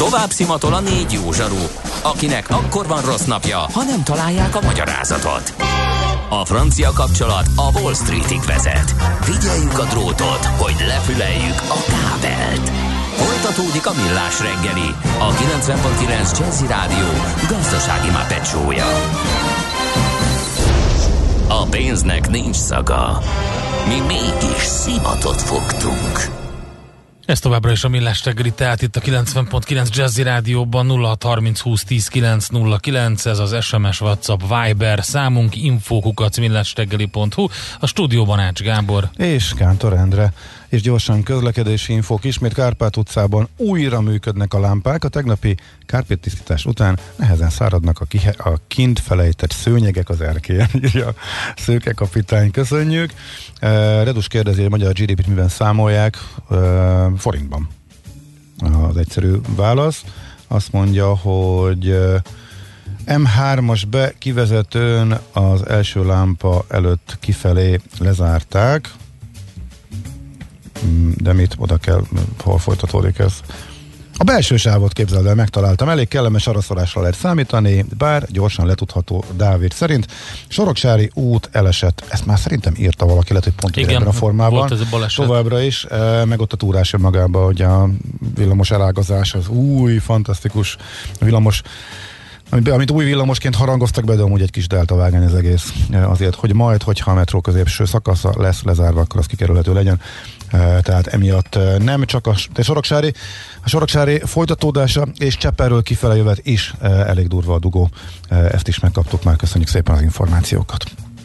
Tovább szimatol a 4 jó zsaru, akinek akkor van rossz napja, ha nem találják a magyarázatot. A francia kapcsolat a Wall Streetig vezet. Figyeljük a drótot, hogy lefüleljük a kábelt. Folytatódik a Millás reggeli, a 90.9 Jazzy Rádió gazdasági mápecsója. A pénznek nincs szaga. Mi mégis szimatot fogtunk. Ez továbbra is a Millás reggeli, tehát itt a 90.9 Jazzy Rádióban 0630 20 10 909, ez az SMS, WhatsApp, Viber számunk, info@millásreggeli.hu, a stúdióban Ács Gábor és Kántor Endre, és gyorsan közlekedési infók. Ismét Kárpát utcában újra működnek a lámpák. A tegnapi kárpéttisztítás után nehezen száradnak a kint felejtett szőnyegek az erkélyen, írja Szőke kapitány. Köszönjük. Redus kérdezi, hogy magyar GDP-t miben számolják? Forintban. Az egyszerű válasz. Azt mondja, hogy M3-as kivezetőn az első lámpa előtt kifelé lezárták. De mit oda kell, hol folytatódik ez? A belső sávot képzeld el, megtaláltam. Elég kellemes araszolásra lehet számítani, bár gyorsan letudható Dávid szerint. Soroksári út elesett. Ezt már szerintem írta valaki, lehet, hogy pont ebben a formában. Volt ez a baleset. Továbbra is, meg ott a túrás önmagában, hogy a villamos elágazás, az új, fantasztikus villamos, amit új villamosként harangoztak be, de amúgy egy kis deltavágány az egész. Azért, hogy majd, hogyha a metró középső szakasza lesz lezárva, akkor az kikerülhető legyen. Tehát emiatt nem csak a Soroksári folytatódása és Csepperről kifele jövet is elég durva a dugó. Ezt is megkaptuk már, köszönjük szépen az információkat.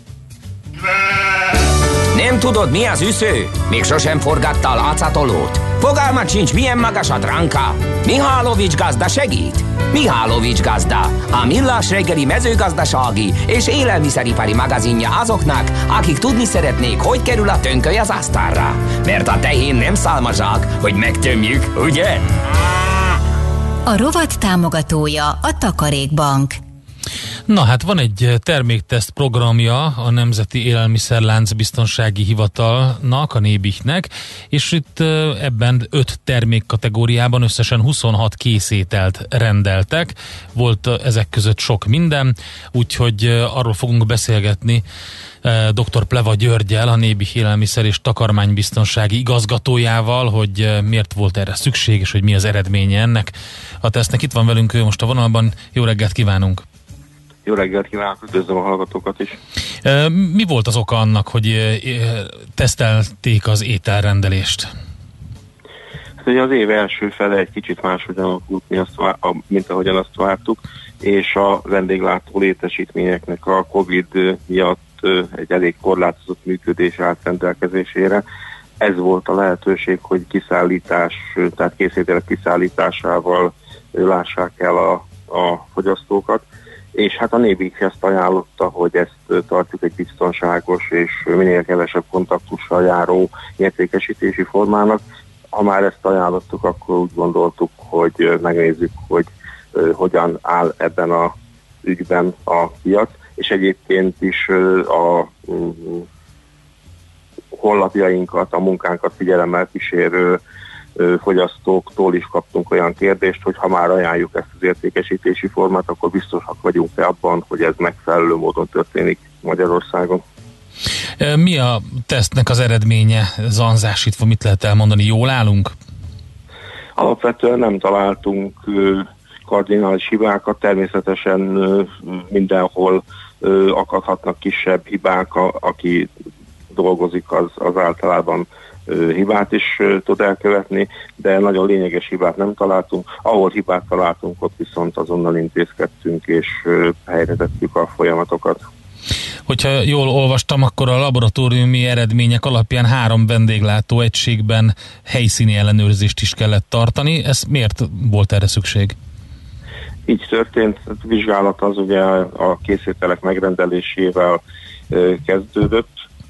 Nem tudod, mi az üsző? Még sosem forgatta a látszatolót? Fogalmat sincs, milyen magas a dránka? Mihálovics gazda segít? Mihálovics gazda, a Millás reggeli mezőgazdasági és élelmiszeripari magazinja azoknak, akik tudni szeretnék, hogy kerül a tönköly az asztalra. Mert a tehén nem szálmazsák, hogy megtömjük, ugye? A rovat támogatója a Takarékbank. Na hát van egy termékteszt programja a Nemzeti Élelmiszerlánc Biztonsági Hivatalnak, a NÉBIH-nek, és itt ebben 5 termékkategóriában összesen 26 készételt rendeltek. Volt ezek között sok minden, úgyhogy arról fogunk beszélgetni dr. Pleva Györggyel, a NÉBIH élelmiszer és takarmánybiztonsági igazgatójával, hogy miért volt erre szükség, és hogy mi az eredménye ennek a tesztnek. Itt van velünk ő most a vonalban. Jó reggelt kívánunk! Jó reggelt kívánok, üdvözlöm a hallgatókat is. Mi volt az oka annak, hogy tesztelték az ételrendelést? Hát ugye az év első fele egy kicsit máshogyan alakult, mint ahogyan azt vártuk, és a vendéglátó létesítményeknek a Covid miatt egy elég korlátozott működés állt rendelkezésére. Ez volt a lehetőség, hogy kiszállítás, tehát készételek kiszállításával lássák el a fogyasztókat. És hát a NÉBIH ezt ajánlotta, hogy ezt tartjuk egy biztonságos és minél kevesebb kontaktussal járó értékesítési formának. Ha már ezt ajánlottuk, akkor úgy gondoltuk, hogy megnézzük, hogy hogyan áll ebben a ügyben a piac, és egyébként is a honlapjainkat, a munkánkat figyelemmel kísérő fogyasztóktól is kaptunk olyan kérdést, hogy ha már ajánljuk ezt az értékesítési formát, akkor biztosak vagyunk-e abban, hogy ez megfelelő módon történik Magyarországon. Mi a tesztnek az eredménye, zanzásítva, mit lehet elmondani? Jól állunk? Alapvetően nem találtunk kardinális hibákat, természetesen mindenhol akadhatnak kisebb hibák, aki dolgozik, az általában hibát is tud elkövetni, de nagyon lényeges hibát nem találtunk. Ahol hibát találtunk, ott viszont azonnal intézkedtünk és helyre tettük a folyamatokat. Hogyha jól olvastam, akkor a laboratóriumi eredmények alapján 3 vendéglátó egységben helyszíni ellenőrzést is kellett tartani. Ez miért volt erre szükség? Így történt. A vizsgálat az ugye a készételek megrendelésével kezdődött,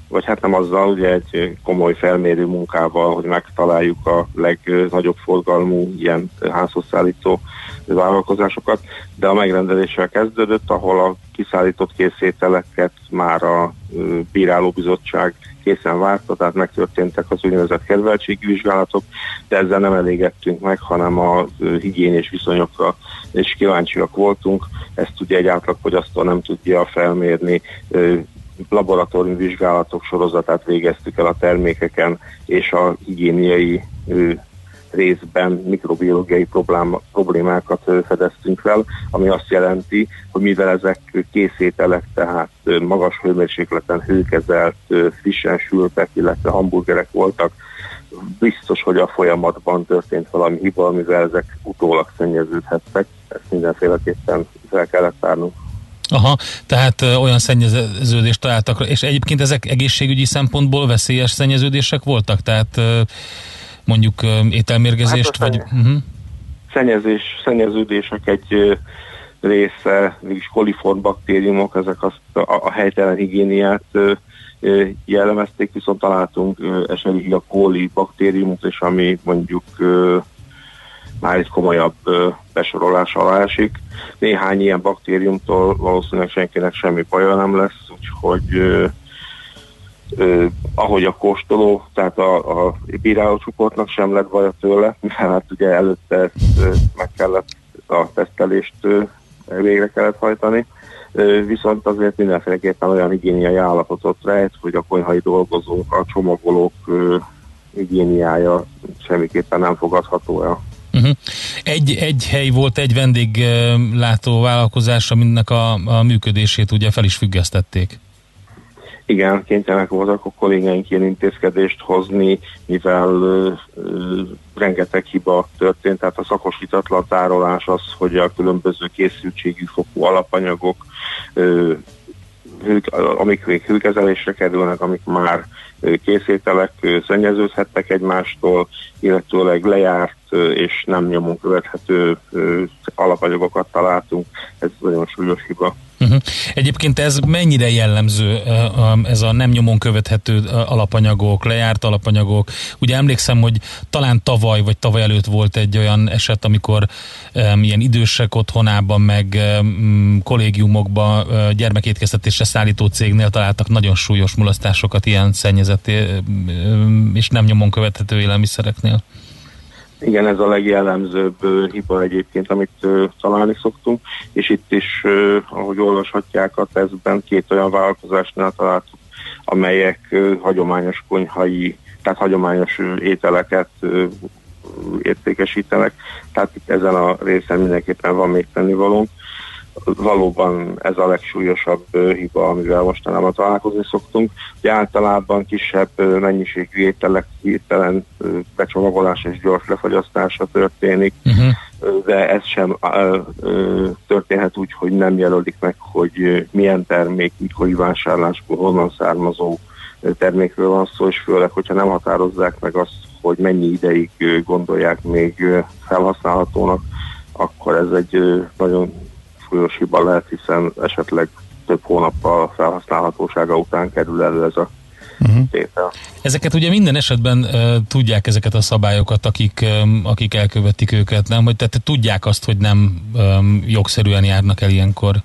vagy hát nem azzal, ugye egy komoly felmérő munkával, hogy megtaláljuk a legnagyobb forgalmú ilyen házhoz szállító vállalkozásokat, de a megrendeléssel kezdődött, ahol a kiszállított készételeket már a bírálóbizottság készen várta, tehát megtörténtek az úgynevezett kedveltségi vizsgálatok, de ezzel nem elégettünk meg, hanem a higiénés viszonyokra és kíváncsiak voltunk. Ezt ugye egy átlagfogyasztó nem tudja felmérni. Laboratóriumi vizsgálatok sorozatát végeztük el a termékeken, és a higiéniai részben mikrobiológiai problémákat fedeztünk fel, ami azt jelenti, hogy mivel ezek készételek, tehát magas hőmérsékleten hőkezelt, frissen sültek, illetve hamburgerek voltak, biztos, hogy a folyamatban történt valami hiba, mivel ezek utólag szennyeződhettek. Ezt mindenféleképpen fel kellett tárnunk. Aha, tehát olyan szennyeződést találtak, és egyébként ezek egészségügyi szempontból veszélyes szennyeződések voltak? Tehát mondjuk ételmérgezést, hát vagy... Szennyeződések egy része, mégis koliform baktériumok, ezek azt a helytelen higiéniát jellemezték, viszont találtunk Escherichia coli baktériumot, és ami mondjuk már egy komolyabb besorolás alá esik. Néhány ilyen baktériumtól valószínűleg senkinek semmi baja nem lesz, úgyhogy ahogy a kóstoló, tehát a bírálócsoportnak sem lett baja tőle, mert hát ugye előtte ezt meg kellett, a tesztelést végre kellett hajtani, viszont azért mindenféleképpen olyan higiéniai állapotot rejt, hogy a konyhai dolgozók, a csomagolók higiéniája semmiképpen nem fogadható el. Egy hely volt, egy vendéglátó vállalkozás, aminek a működését ugye fel is függesztették. Igen, kénytelenek voltak a kollégáink ilyen intézkedést hozni, mivel rengeteg hiba történt, tehát a szakosítatlan tárolás az, hogy a különböző készültségű fokú alapanyagok, amik még hőkezelésre kerülnek, amik már készételek szennyeződhettek egymástól, illetőleg lejárt és nem nyomon követhető alapanyagokat találtunk. Ez nagyon súlyos hiba. Egyébként ez mennyire jellemző, ez a nem nyomon követhető alapanyagok, lejárt alapanyagok? Ugye emlékszem, hogy talán tavaly vagy tavaly előtt volt egy olyan eset, amikor ilyen idősek otthonában, meg kollégiumokban gyermekétkeztetésre szállító cégnél találtak nagyon súlyos mulasztásokat ilyen szennyezett és nem nyomon követhető élelmiszereknél. Igen, ez a legjellemzőbb hiba egyébként, amit találni szoktunk, és itt is, ahogy olvashatják a tesztben, 2 olyan vállalkozásnál találtuk, amelyek hagyományos konyhai, tehát hagyományos ételeket értékesítenek, tehát itt ezen a részen mindenképpen van még tennivalónk. Valóban ez a legsúlyosabb hiba, amivel mostanában találkozni szoktunk. Ugye általában kisebb mennyiségű ételek hirtelen becsomagolása és gyors lefagyasztása történik, de ez sem történhet úgy, hogy nem jelölik meg, hogy milyen termék, mikori vásárlásból, honnan származó termékről van szó, és főleg, hogyha nem határozzák meg azt, hogy mennyi ideig gondolják még felhasználhatónak, akkor ez egy nagyon súlyos hiba lehet, hiszen esetleg több hónappal felhasználhatósága után kerül elő ez a tétel. Ezeket ugye minden esetben tudják ezeket a szabályokat, akik elkövetik őket, nem? Hogy tehát tudják azt, hogy nem jogszerűen járnak el ilyenkor?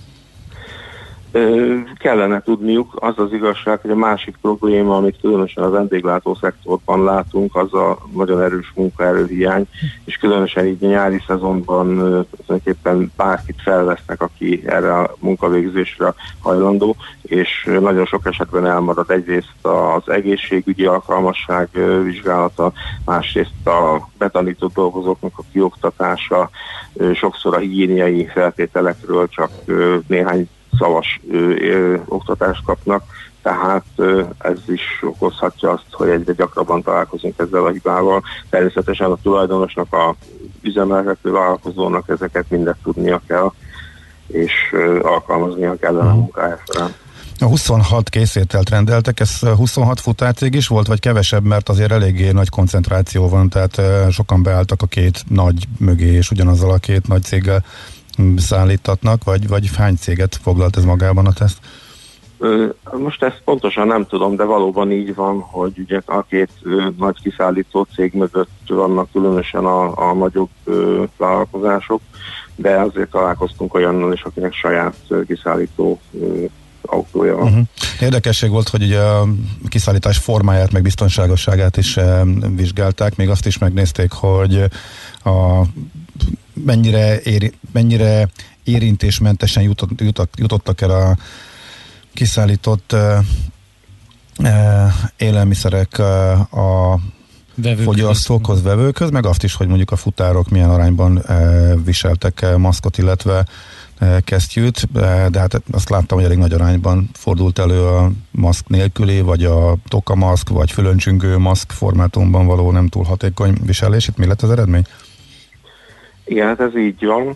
Kellene tudniuk. Az az igazság, hogy a másik probléma, amit különösen a vendéglátó szektorban látunk, az a nagyon erős munkaerőhiány, és különösen így nyári szezonban tulajdonképpen bárkit felvesznek, aki erre a munkavégzésre hajlandó, és nagyon sok esetben elmarad egyrészt az egészségügyi alkalmasság vizsgálata, másrészt a betanított dolgozóknak a kioktatása, sokszor a higiéniai feltételekről csak néhány szavas oktatást kapnak, tehát ez is okozhatja azt, hogy egyre gyakrabban találkozunk ezzel a hibával. Természetesen a tulajdonosnak, a üzemeltető vállalkozónak ezeket mindet tudnia kell, és alkalmaznia kell a munkája során. A 26 készételt rendeltek, ez 26 futárcég is volt, vagy kevesebb, mert azért eléggé nagy koncentráció van, tehát sokan beálltak a 2 nagy mögé, és ugyanazzal a 2 nagy céggel szállítatnak, vagy hány céget foglalt ez magában a teszt? Most ezt pontosan nem tudom, de valóban így van, hogy ugye a két nagy kiszállító cég mögött vannak különösen a nagyobb vállalkozások, de azért találkoztunk olyannal is, akinek saját kiszállító autója van. Érdekesség volt, hogy ugye a kiszállítás formáját, meg biztonságosságát is vizsgálták, még azt is megnézték, hogy mennyire érintésmentesen jutottak el a kiszállított élelmiszerek a fogyasztókhoz, vevőkhöz, meg azt is, hogy mondjuk a futárok milyen arányban viseltek maszkot, illetve kesztyűt, de hát azt láttam, hogy elég nagy arányban fordult elő a maszk nélküli, vagy a tokamaszk, vagy fülöncsüngő maszk formátumban való nem túl hatékony viselés. Itt mi lett az eredmény? Igen, hát ez így van.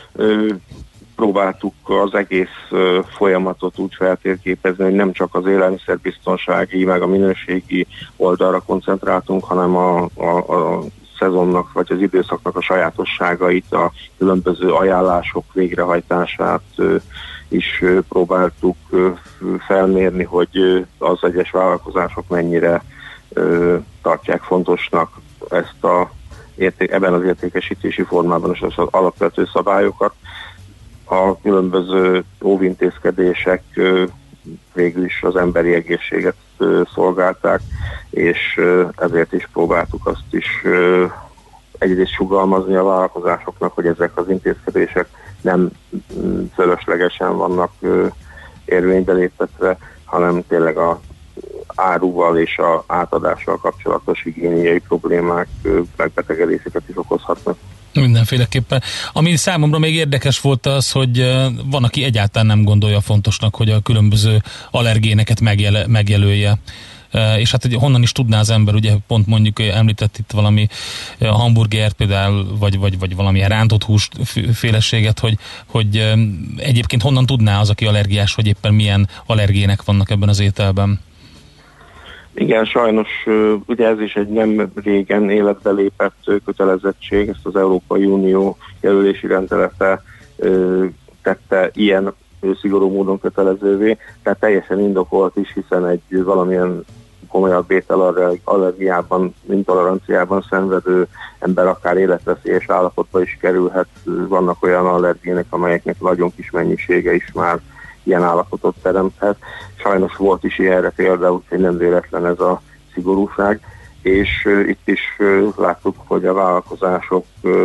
Próbáltuk az egész folyamatot úgy feltérképezni, hogy nem csak az élelmiszerbiztonsági, meg a minőségi oldalra koncentráltunk, hanem a szezonnak, vagy az időszaknak a sajátosságait, a különböző ajánlások végrehajtását is próbáltuk felmérni, hogy az egyes vállalkozások mennyire tartják fontosnak ebben az értékesítési formában is az alapvető szabályokat. A különböző óvintézkedések végül is az emberi egészséget szolgálták, és ezért is próbáltuk azt is egyrészt sugalmazni a vállalkozásoknak, hogy ezek az intézkedések nem fölöslegesen vannak érvénybe léptetve, hanem tényleg a áruval és a átadással kapcsolatos higiéniai problémák, megbetegedéseket is okozhatnak. Mindenféleképpen. Ami számomra még érdekes volt az, hogy van, aki egyáltalán nem gondolja fontosnak, hogy a különböző allergéneket megjelölje. És hát hogy honnan is tudná az ember, ugye pont mondjuk említett itt valami hamburgert például, vagy valamilyen rántott húsféleséget, hogy egyébként honnan tudná az, aki allergiás, hogy éppen milyen allergének vannak ebben az ételben? Igen, sajnos ugye ez is egy nem régen életbe lépett kötelezettség, ezt az Európai Unió jelölési rendelete tette ilyen szigorú módon kötelezővé, tehát teljesen indokolt is, hiszen egy valamilyen komolyabb ételallergiában, intoleranciában szenvedő ember akár életveszélyes állapotba is kerülhet. Vannak olyan allergének, amelyeknek nagyon kis mennyisége is már ilyen állapotot teremthet. Sajnos volt is ilyenre példa, úgyhogy nem véletlen ez a szigorúság, és itt is láttuk, hogy a vállalkozások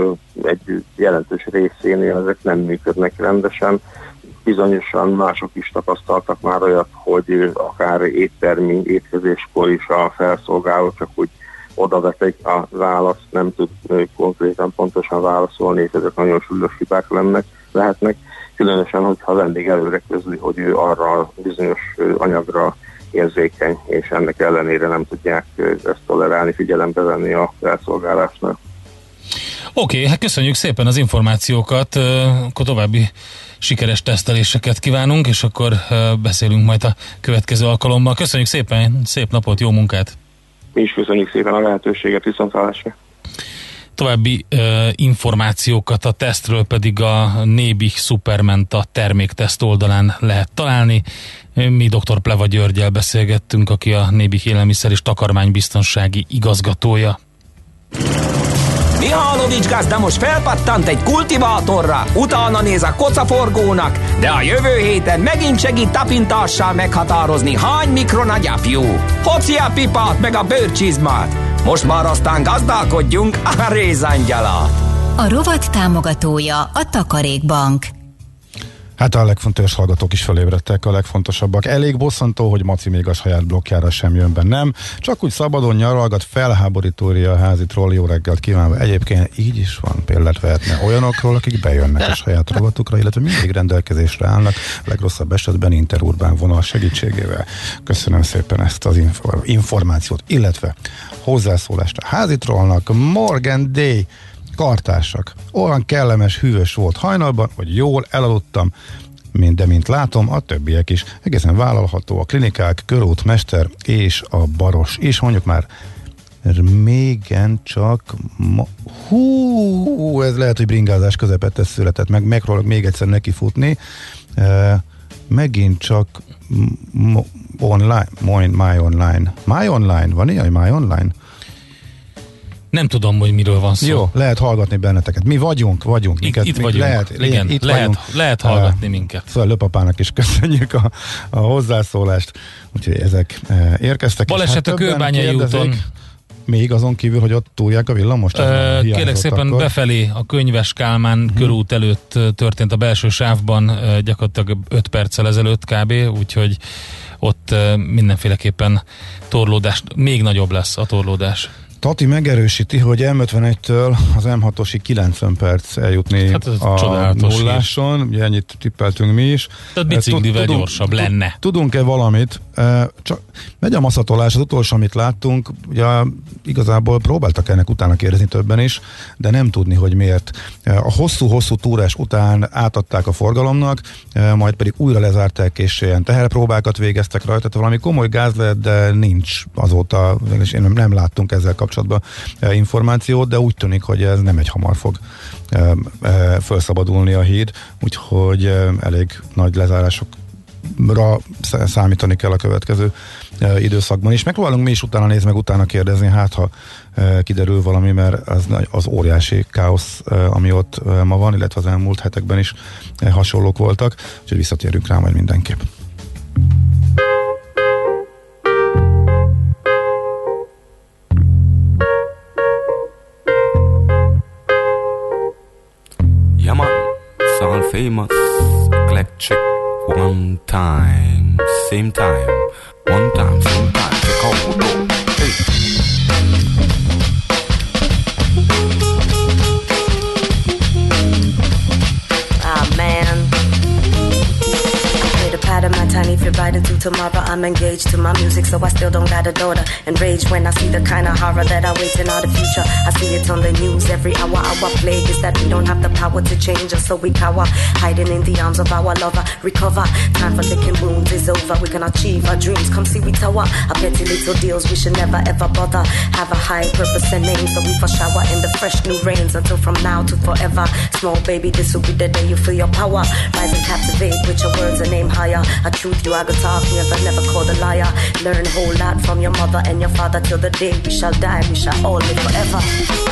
egy jelentős részénél ezek nem működnek rendesen. Bizonyosan mások is tapasztaltak már olyat, hogy akár éttermi, étkezéskor is a felszolgáló csak úgy odavetik a választ, nem tud konkrétan pontosan válaszolni, és ezek nagyon súlyos hibák lehetnek. Különösen, hogyha a vendég előre közli, hogy ő arra a bizonyos anyagra érzékeny, és ennek ellenére nem tudják ezt tolerálni, figyelembe venni a felszolgálásnál. Oké, hát köszönjük szépen az információkat, akkor további sikeres teszteléseket kívánunk, és akkor beszélünk majd a következő alkalommal. Köszönjük szépen, szép napot, jó munkát! Mi is köszönjük szépen a lehetőséget, viszontlátásra! További információkat a tesztről pedig a Nébih Supermenta termékteszt oldalán lehet találni. Mi dr. Pleva Györggyel beszélgettünk, aki a Nébih élelmiszer és takarmánybiztonsági igazgatója. Mihálovics gazda most felpattant egy kultivátorra, utána néz a kocaforgónak, de a jövő héten megint segít tapintással meghatározni, hány mikron a gyapjú. Hoci a pipát meg a bőrcsizmát. Most már aztán gazdálkodjunk a rézangyalat. A rovat támogatója a Takarékbank. Hát a legfontosabb hallgatók is felébredtek, a legfontosabbak. Elég bosszantó, hogy Maci még a saját blokkjára sem jön be, nem? Csak úgy szabadon nyaralgat, felháborítórja a házi troll, jó reggelt kívánva. Egyébként így is van, példát vehetne olyanokról, akik bejönnek a saját rovatukra, illetve mindig rendelkezésre állnak, a legrosszabb esetben interurbán vonal segítségével. Köszönöm szépen ezt az információt, illetve hozzászólást a házi trollnak. Morgan Day kartársak. Olyan kellemes, hűvös volt hajnalban, hogy jól elaludtam, de mint látom, a többiek is. Egészen vállalható a klinikák, Körút, Mester és a Baros is. Mondjuk már mégen csak ez lehet, hogy bringázás közepette született, megpróbálok még egyszer nekifutni. megint csak online, My Online, van ilyen, hogy My Online? Nem tudom, hogy miről van szó. Jó, lehet hallgatni benneteket. Mi vagyunk. Itt vagyunk. Lehet hallgatni minket. Szóval Löpapának is köszönjük a hozzászólást. Úgyhogy ezek érkeztek. Baleset a Kőbányai úton. Még azon kívül, hogy ott túlják a villamost? Kérlek szépen akkor befelé a Könyves Kálmán körút előtt történt a belső sávban gyakorlatilag 5 perccel ezelőtt kb. Úgyhogy ott mindenféleképpen torlódás, még nagyobb lesz a torlódás. Tati megerősíti, hogy M51-től az M6-osig 90 perc eljutni a nulláson. Ugye ennyit tippeltünk mi is. Tehát biciklivel gyorsabb lenne. Tudunk-e valamit? Csak megy a maszatolás, az utolsó, amit láttunk, ugye igazából próbáltak ennek utána kérdezni többen is, de nem tudni, hogy miért. A hosszú-hosszú túrás után átadták a forgalomnak, majd pedig újra lezárták, és ilyen teherpróbákat végeztek rajta, tehát valami komoly gáz lehet, de nincs azóta, és én nem láttunk ezzel kapcsolatban információt, de úgy tűnik, hogy ez nem egy hamar fog felszabadulni a híd, úgyhogy elég nagy lezárásokra számítani kell a következő időszakban is. Megpróbálunk mi is utána nézni, meg utána kérdezni, hát ha kiderül valami, mert az óriási káosz, ami ott ma van, illetve az elmúlt hetekben is hasonlók voltak, úgyhogy visszatérünk rá majd mindenképp. Yeah man, it's all famous, electric, one time, same time, one time, same time, check out the door, hey. Of my tiny fit right into tomorrow. I'm engaged to my music, so I still don't got a daughter. Enraged when I see the kind of horror that I wait in all the future. I see it on the news every hour. Our plague is that we don't have the power to change us, so we cower, hiding in the arms of our lover. Recover, time for licking wounds is over. We can achieve our dreams. Come see we tower. Our petty little deals we should never ever bother. Have a high purpose and name, so we for shower in the fresh new rains until from now to forever. Small baby, this will be the day you feel your power. Rise and captivate with your words and aim higher. A truth you I could talk, never called a liar. Learn a whole lot from your mother and your father till the day we shall die. We shall all live forever.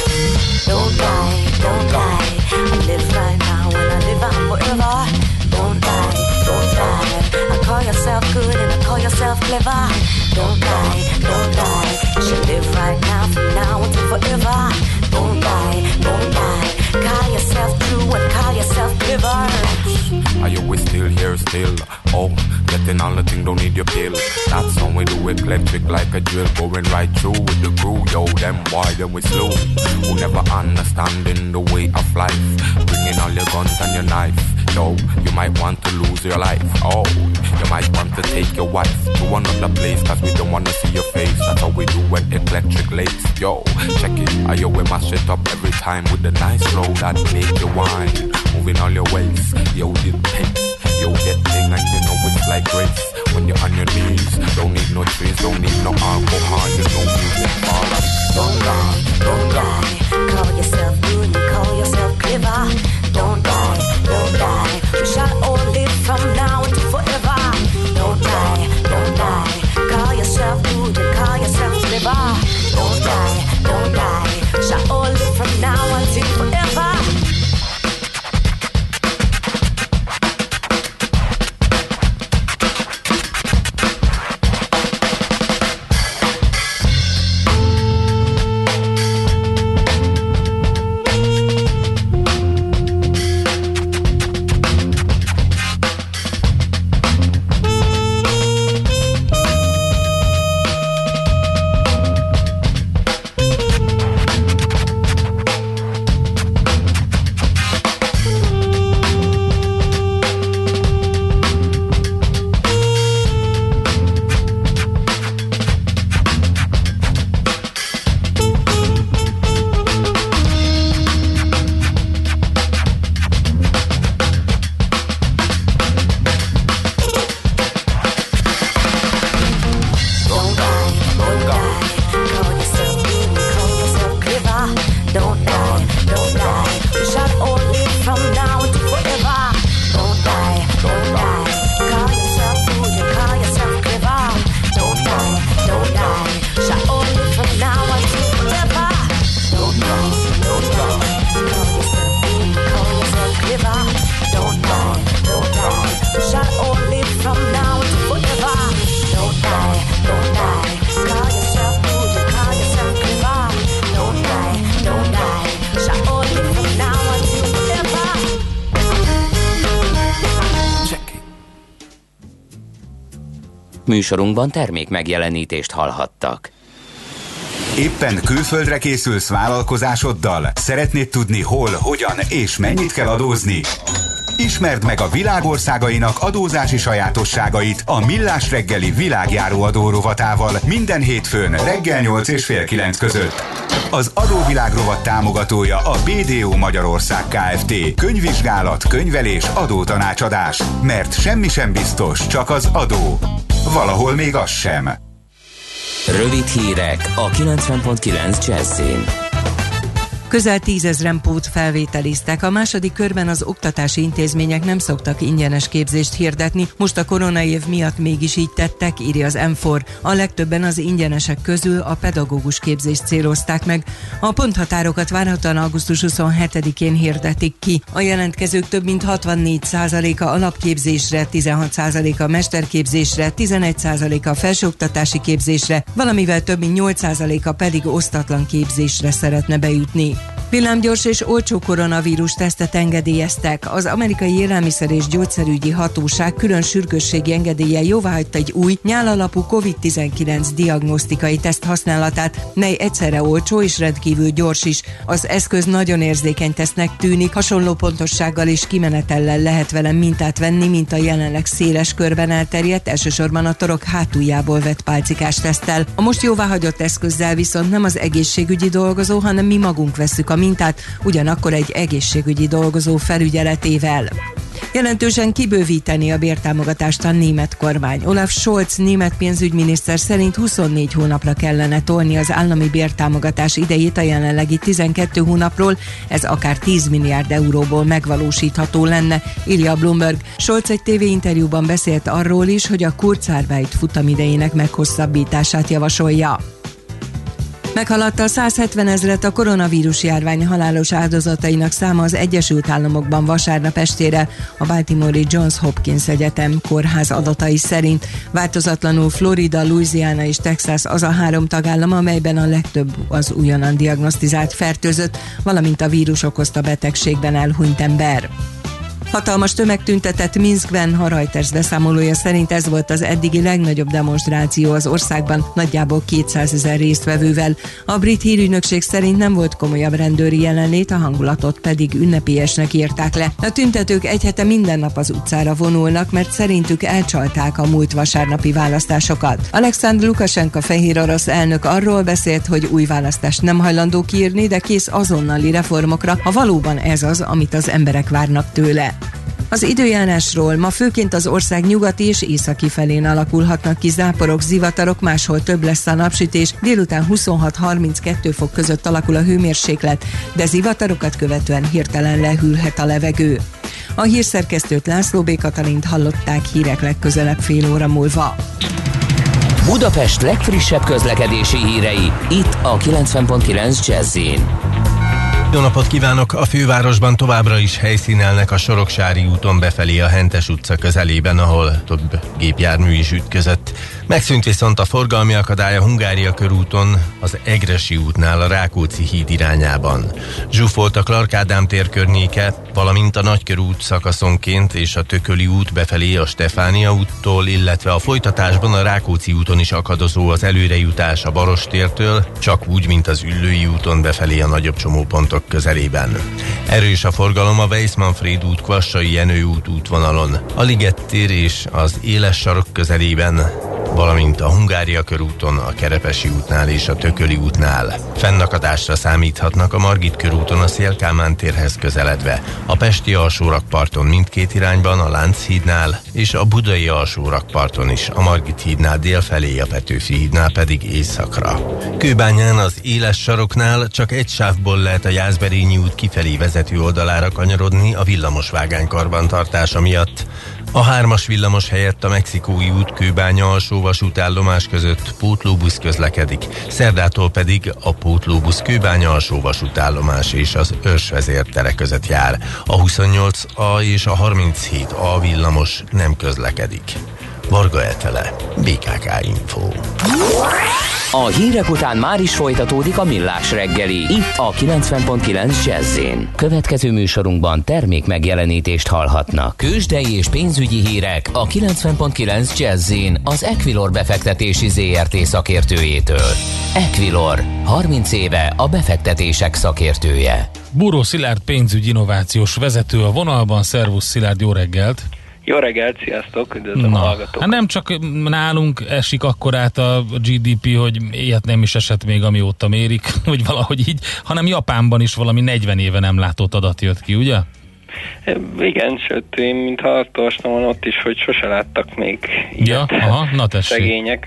Don't die, don't die. I live right now and I live on forever. Don't die, don't die. I call yourself good and I call yourself clever. Don't die, don't die. You should live right now from now until forever. Don't die, don't die. Call yourself true and call yourself clever. Are you still here still? Oh, getting all the thing, don't need your pill. That's how we do it, electric like a drill. Going right through with the crew, yo, them why then we slow. Who never understanding the way of life. Bringing all your guns and your knife. Yo, you might want to lose your life. Oh, you might want to take your wife to another place, cause we don't want to see your face. That's how we do when electric lace. Yo, check it, yo, we mash it up every time with a nice flow that make you whine. Moving all your ways, yo, did pace. Yo, get thing and you know it's like grace. When you're on your knees, don't need no trees, don't need no alcohol, you know music fall up. Don't die, don't die. Call yourself good and call yourself clever. Don't die, don't die. We shall all live from now until forever. Don't die, don't die. Call yourself good and call yourself clever. Don't die, don't die. We shall all live from now until forever. Műsorunkban termék megjelenítést hallhattak. Éppen külföldre készülsz vállalkozásoddal? Szeretnéd tudni hol, hogyan és mennyit kell adózni? Ismerd meg a világ országainak adózási sajátosságait a Millás reggeli világjáró adó rovatával minden hétfőn reggel 8 és fél 9 között. Az adóvilág rovat támogatója a BDO Magyarország Kft. Könyvvizsgálat, könyvelés, adótanácsadás. Mert semmi sem biztos, csak az adó. Valahol még az sem. Rövid hírek a 90.9 Jazzin. Közel 10 000 pótfelvételiztek. A második körben az oktatási intézmények nem szoktak ingyenes képzést hirdetni, most a koronaév miatt mégis így tettek, írja az M4. A legtöbben az ingyenesek közül a pedagógus képzést célozták meg. A ponthatárokat várhatóan augusztus 27-én hirdetik ki. A jelentkezők több mint 64%-a alapképzésre, 16%-a mesterképzésre, 11%-a felsőoktatási képzésre, valamivel több mint 8%-a pedig osztatlan képzésre szeretne bejutni. Villámgyors és olcsó koronavírus tesztet engedélyeztek. Az amerikai élelmiszer és gyógyszerügyi hatóság külön sürgősségi engedéllyel jóváhagyta egy új nyálalapú COVID-19 diagnosztikai teszt használatát, mely egyszerre olcsó és rendkívül gyors is. Az eszköz nagyon érzékeny tesztnek tűnik, hasonló pontossággal és kimenetellel lehet vele mintát venni, mint a jelenleg széles körben elterjedt, elsősorban a torok hátuljából vett pálcikás teszttel. A most jóváhagyott eszközzel viszont nem az egészségügyi dolgozó, hanem mi magunk vesszük a mintát, ugyanakkor egy egészségügyi dolgozó felügyeletével. Jelentősen kibővíteni a bértámogatást a német kormány. Olaf Scholz német pénzügyminiszter szerint 24 hónapra kellene tolni az állami bértámogatás idejét a jelenlegi 12 hónapról, ez akár 10 milliárd euróból megvalósítható lenne, írja a Bloomberg. Scholz egy tévéinterjúban beszélt arról is, hogy a Kurzarbeit futamidejének meghosszabbítását javasolja. Meghaladta a 170 000 a koronavírus járvány halálos áldozatainak száma az Egyesült Államokban vasárnap estére a Baltimore-i Johns Hopkins Egyetem kórház adatai szerint. Változatlanul Florida, Louisiana és Texas az a 3 tagállam, amelyben a legtöbb az újonnan diagnosztizált fertőzött, valamint a vírus okozta betegségben elhunyt ember. Hatalmas tömeg tüntetett Minszkben, a Reuters beszámolója szerint ez volt az eddigi legnagyobb demonstráció az országban, nagyjából 200 000 résztvevővel. A brit hírügynökség szerint nem volt komolyabb rendőri jelenlét, a hangulatot pedig ünnepélyesnek írták le. A tüntetők egy hete minden nap az utcára vonulnak, mert szerintük elcsalták a múlt vasárnapi választásokat. Alexandr Lukasenka fehér orosz elnök arról beszélt, hogy új választást nem hajlandó kiírni, de kész azonnali reformokra, ha valóban ez az, amit az emberek várnak tőle. Az időjárásról: ma főként az ország nyugati és északi felén alakulhatnak ki záporok, zivatarok, máshol több lesz a napsütés, délután 26-32 fok között alakul a hőmérséklet, de zivatarokat követően hirtelen lehűlhet a levegő. A hírszerkesztőt, László B. Katalint hallották, hírek legközelebb fél óra múlva. Budapest legfrissebb közlekedési hírei, itt a 90.9 Jazzin. Jó napot kívánok! A fővárosban továbbra is helyszínelnek a Soroksári úton befelé a Hentes utca közelében, ahol több gépjármű is ütközött. Megszűnt viszont a forgalmi akadály a Hungária körúton, az Egressy útnál a Rákóczi híd irányában. Zsúfolt a Clark Ádám tér környéke, valamint a Nagykörút szakaszonként és a Tököli út befelé a Stefánia úttól, illetve a folytatásban a Rákóczi úton is akadozó az előrejutás a Barostértől, csak úgy, mint az Üllői úton befelé a nagyobb csomópontok közelében. Erős a forgalom a Weiss-Manfréd út, Kvassai Jenő út útvonalon, a Liget tér és az Éles sarok közelében, valamint a Hungária körúton, a Kerepesi útnál és a Tököli útnál. Fennakadásra számíthatnak a Margit körúton a Széll-Kálmán térhez közeledve, a pesti alsórakparton mindkét irányban, a Lánchídnál és a budai alsórakparton is, a Margit hídnál délfelé, a Petőfi hídnál pedig északra. Kőbányán az Éles saroknál csak egy sávból lehet a Jászberényi út kifelé vezető oldalára kanyarodni a villamosvágány karbantartása miatt. A 3-as villamos helyett a Mexikói út Kőbánya alsó vasútállomás között pótlóbusz közlekedik, szerdától pedig a pótlóbusz Kőbánya alsó vasútállomás és az Őrsvezér tere között jár. A 28A és a 37A villamos nem közlekedik. Varga Etele, BKK Info. A hírek után már is folytatódik a Millás reggeli, itt a 90.9 Jazz-in. Következő műsorunkban termék megjelenítést hallhatnak. Kősdei és pénzügyi hírek a 90.9 Jazz-in az Equilor befektetési ZRT szakértőjétől. Equilor, 30 éve a befektetések szakértője. Búró Szilárd pénzügyi innovációs vezető a vonalban. Szervusz Szilárd, jó reggelt! Jó reggelt, sziasztok, üdvözlöm a hallgatókat. Hát nem csak nálunk esik akkorát a GDP, hogy ilyet nem is esett még, amióta mérik, vagy valahogy így, hanem Japánban is valami 40 éve nem látott adat jött ki, ugye? Igen, sőt, én mintha azt olvastam ott is, hogy sose láttak még ilyet. Na tessék. Szegények,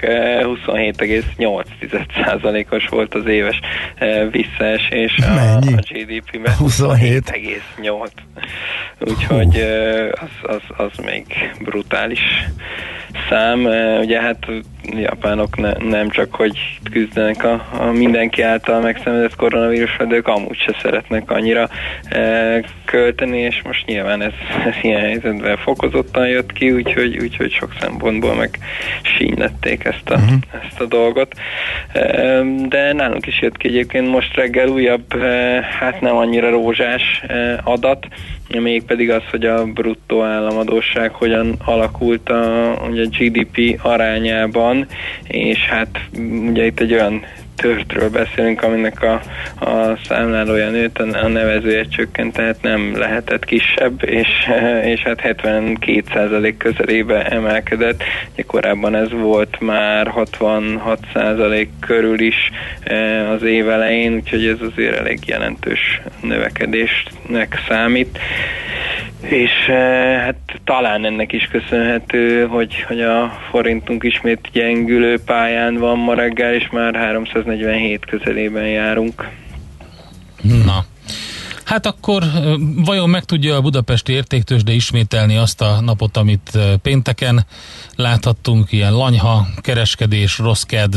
27,8%-os volt az éves visszaesés a GDP-ben. 27,8. Úgyhogy az még brutális szám. Ugye hát japánok nem csak, hogy küzdenek a mindenki által megszenvedett koronavírussal, de ők amúgy se szeretnek annyira költeni, és most nyilván ez ilyen helyzetben fokozottan jött ki, úgyhogy sok szempontból meg sínlették ezt a dolgot. De nálunk is jött ki egyébként most reggel újabb, hát nem annyira rózsás adat, mégpedig az, hogy a bruttó államadósság hogyan alakult a GDP arányában, és hát ugye itt egy olyan törtről beszélünk, aminek a számlálója nőtt, a nevezője csökkent, tehát nem lehetett kisebb, és hát 72% közelébe emelkedett. Ugye korábban ez volt már 66% körül is az év elején, úgyhogy ez azért elég jelentős növekedésnek számít. És hát talán ennek is köszönhető, hogy a forintunk ismét gyengülő pályán van ma reggel, és már 347 közelében járunk. Na, hát akkor vajon meg tudja a budapesti értéktőzsde ismételni azt a napot, amit pénteken láthattunk, ilyen lanyha, kereskedés, rossz kedv?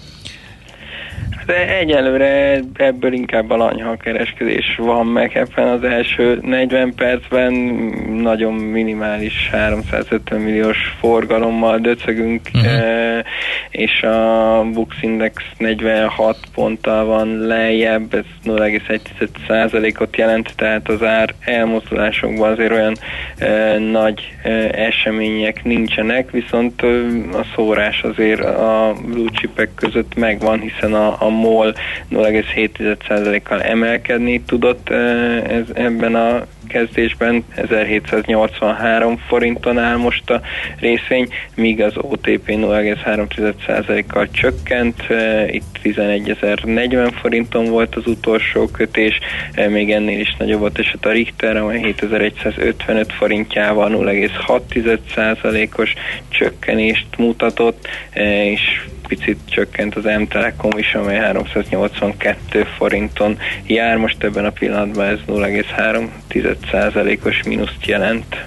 De egyelőre ebből inkább a lanyha kereskedés van meg, ebben az első 40 percben nagyon minimális 350 milliós forgalommal döcögünk, és a Bux Index 46 ponttal van lejjebb, ez 0,1%-ot jelent, tehát az ár elmozdulásokban azért olyan nagy események nincsenek, viszont a szórás azért a blue chipek között megvan, hiszen a MOL 0,7%-kal emelkedni tudott ebben a kezdésben, 1783 forinton áll most a részvény, míg az OTP 0,3%-kal csökkent, itt 11.040 forinton volt az utolsó kötés, még ennél is nagyobb volt eset a Richter, amely 7155 forintjával 0,6%-os csökkenést mutatott, és picit csökkent az M-Telekom is, amely 382 forinton jár. Most ebben a pillanatban ez 0,3%-os mínuszt jelent.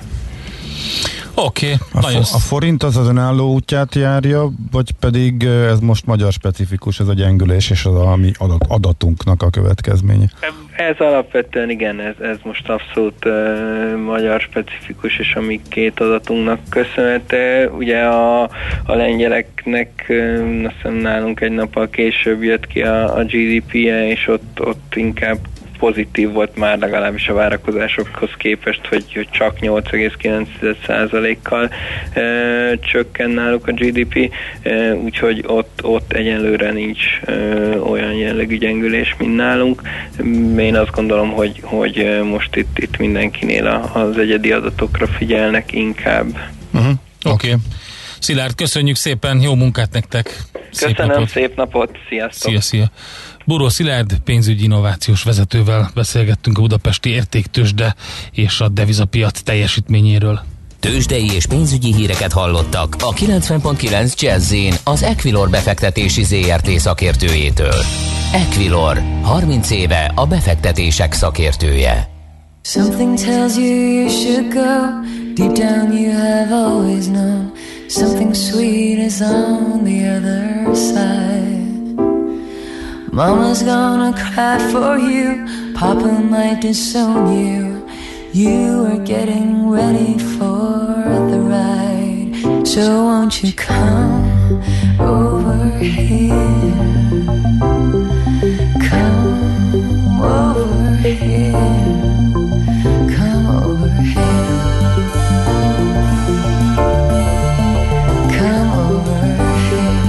Oké. A forint az önálló útját járja, vagy pedig ez most magyar specifikus, ez a gyengülés, és az a mi adatunknak a következménye? Ez alapvetően igen, ez most abszolút magyar specifikus, és a mi két adatunknak köszönhető. Ugye a lengyeleknek azt hiszem nálunk egy nappal később jött ki a GDP-je, és ott inkább pozitív volt már legalábbis a várakozásokhoz képest, hogy csak 8,9%-kal csökken náluk a GDP, úgyhogy ott egyelőre nincs olyan jellegű gyengülés, mint nálunk. Én azt gondolom, hogy most itt mindenkinél az egyedi adatokra figyelnek inkább. Oké. Szilárd, köszönjük szépen, jó munkát nektek! Köszönöm, szép napot, sziasztok! Szia! Búró Szilárd pénzügyi innovációs vezetővel beszélgettünk a budapesti értéktőzsde és a devizapiac teljesítményéről. Tőzsdei és pénzügyi híreket hallottak a 90.9 Jazz-in az Equilor befektetési ZRT szakértőjétől. Equilor, 30 éve a befektetések szakértője. Something tells you you should go. Deep down you have always known. Something sweet is on the other side. Mama's gonna cry for you. Papa might disown you. You are getting ready for the ride. So won't you come? over here. Come over here. Come over here. Come over here.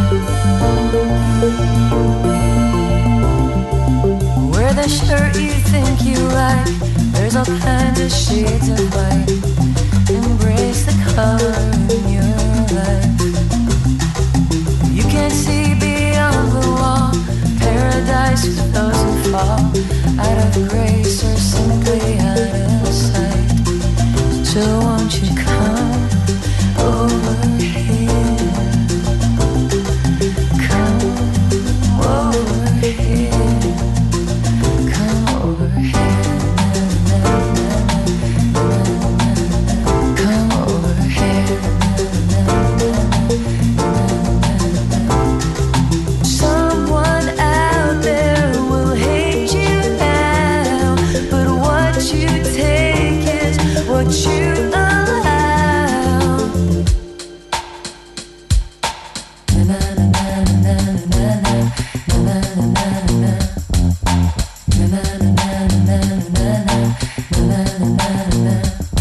Wear the shirt you think you like. There's all kinds of shades of white. Embrace the color in your life. You can't see beyond the wall. Paradise for those who fall out of grace or simply out of sight. So won't you come over here? Come over here. Come over here. Come over here. Someone out there will hate you now, but what you take is what you allow. Na na na na na na na na na. Na na na na na na.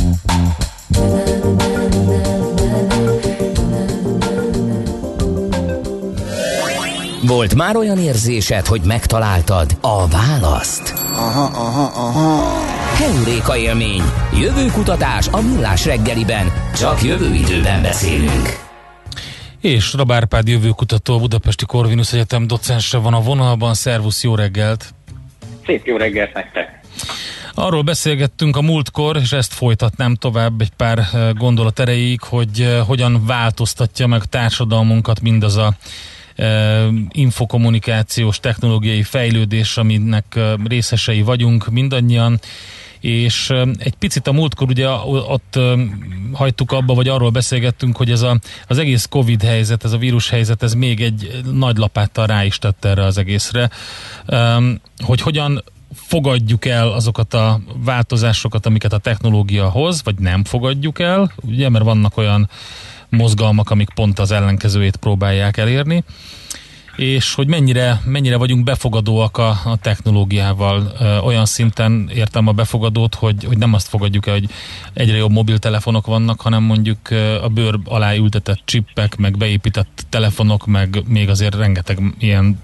Volt már olyan érzésed, hogy megtaláltad a választ? Aha. Heuréka élmény, jövőkutatás a Millás reggeliben. Csak jövő időben beszélünk. És Rab Árpád jövőkutató, a Budapesti Corvinus Egyetem docense van a vonalban. Szervusz, jó reggelt! Szép jó reggelt nektek! Arról beszélgettünk a múltkor, és ezt folytatnám tovább egy pár gondolat erejéig, hogy hogyan változtatja meg társadalmunkat mindaz a infokommunikációs technológiai fejlődés, aminek részesei vagyunk mindannyian, és egy picit a múltkor ugye ott hagytuk abba, vagy arról beszélgettünk, hogy ez az egész Covid helyzet, ez a vírus helyzet, ez még egy nagy lapáttal rá is tett erre az egészre, hogy hogyan fogadjuk el azokat a változásokat, amiket a technológia hoz, vagy nem fogadjuk el, ugye, mert vannak olyan mozgalmak, amik pont az ellenkezőjét próbálják elérni, és hogy mennyire vagyunk befogadóak a technológiával. Olyan szinten értem a befogadót, hogy nem azt fogadjuk el, hogy egyre jobb mobiltelefonok vannak, hanem mondjuk a bőr alá ültetett csippek, meg beépített telefonok, meg még azért rengeteg ilyen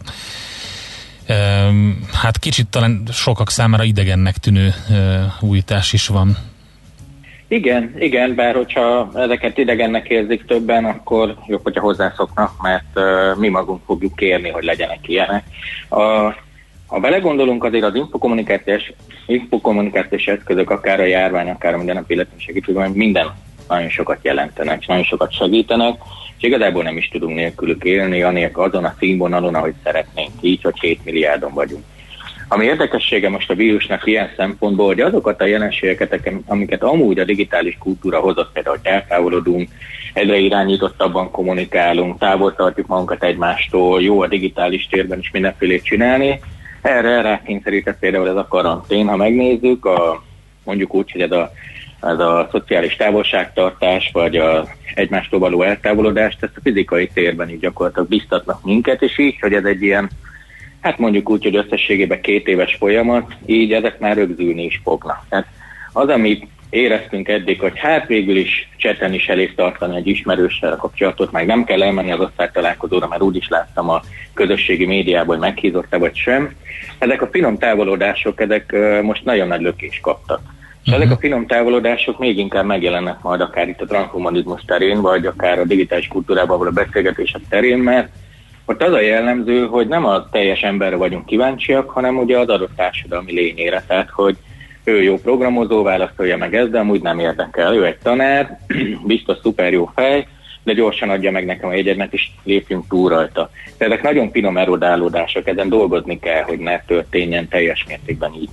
hát kicsit talán sokak számára idegennek tűnő újítás is van. Igen, bár hogyha ezeket idegennek érzik többen, akkor jobb, hogyha hozzászoknak, mert mi magunk fogjuk kérni, hogy legyenek ilyenek. Ha belegondolunk, azért az infokommunikációs eszközök, akár a járvány, akár a mindennapi életünk segítségben, minden nagyon sokat jelentenek, nagyon sokat segítenek, és igazából nem is tudunk nélkülük élni, azon a színvonalon, ahogy szeretnénk, így, hogy 7 milliárdon vagyunk. Ami érdekessége most a vírusnak ilyen szempontból, hogy azokat a jelenségeket, amiket amúgy a digitális kultúra hozott, például, hogy eltávolodunk, egyre irányítottabban kommunikálunk, távol tartjuk magunkat egymástól, jó a digitális térben is mindenfélét csinálni, erre rákényszerített például ez a karantén. Ha megnézzük, mondjuk úgy, hogy ez a szociális távolságtartás, vagy az egymástól való eltávolodást, ezt a fizikai térben így gyakorlatilag biztatnak minket, és így, hogy ez egy ilyen, hát mondjuk úgy, hogy összességében 2 éves folyamat, így ezek már rögzülni is fognak. Tehát az, amit éreztünk eddig, hogy hát végül is chaten is elég tartani egy ismerőssel a kapcsolatot, meg nem kell elmenni az osztálytalálkozóra, mert úgy is láttam a közösségi médiában, hogy meghízott-e vagy sem. Ezek a finom távolodások, ezek most nagyon nagy lökést kaptak. És ezek a finom távolodások még inkább megjelennek majd akár itt a transhumanizmus terén, vagy akár a digitális kultúrában való beszélgetések terén, mert ott az a jellemző, hogy nem a teljes emberre vagyunk kíváncsiak, hanem ugye az adott társadalmi lényére. Tehát, hogy ő jó programozó, válaszolja meg ezt, de amúgy nem érdekel. Ő egy tanár, biztos szuper jó fej, de gyorsan adja meg nekem a jegyemet, és lépjünk túl rajta. De ezek nagyon finom erodálódások, ezen dolgozni kell, hogy ne történjen teljes mértékben így.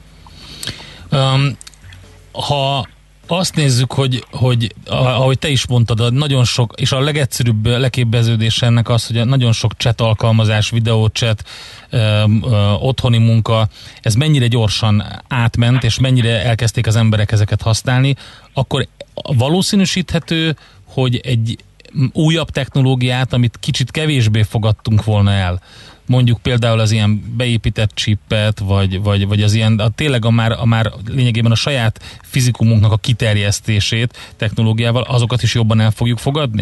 Ha azt nézzük, hogy ahogy te is mondtad, nagyon sok, és a legegyszerűbb leképeződés ennek az, hogy nagyon sok chat alkalmazás, videóchat, otthoni munka, ez mennyire gyorsan átment, és mennyire elkezdték az emberek ezeket használni, akkor valószínűsíthető, hogy újabb technológiát, amit kicsit kevésbé fogadtunk volna el. Mondjuk például az ilyen beépített chipet, vagy az ilyen, tényleg a már lényegében a saját fizikumunknak a kiterjesztését technológiával, azokat is jobban el fogjuk fogadni?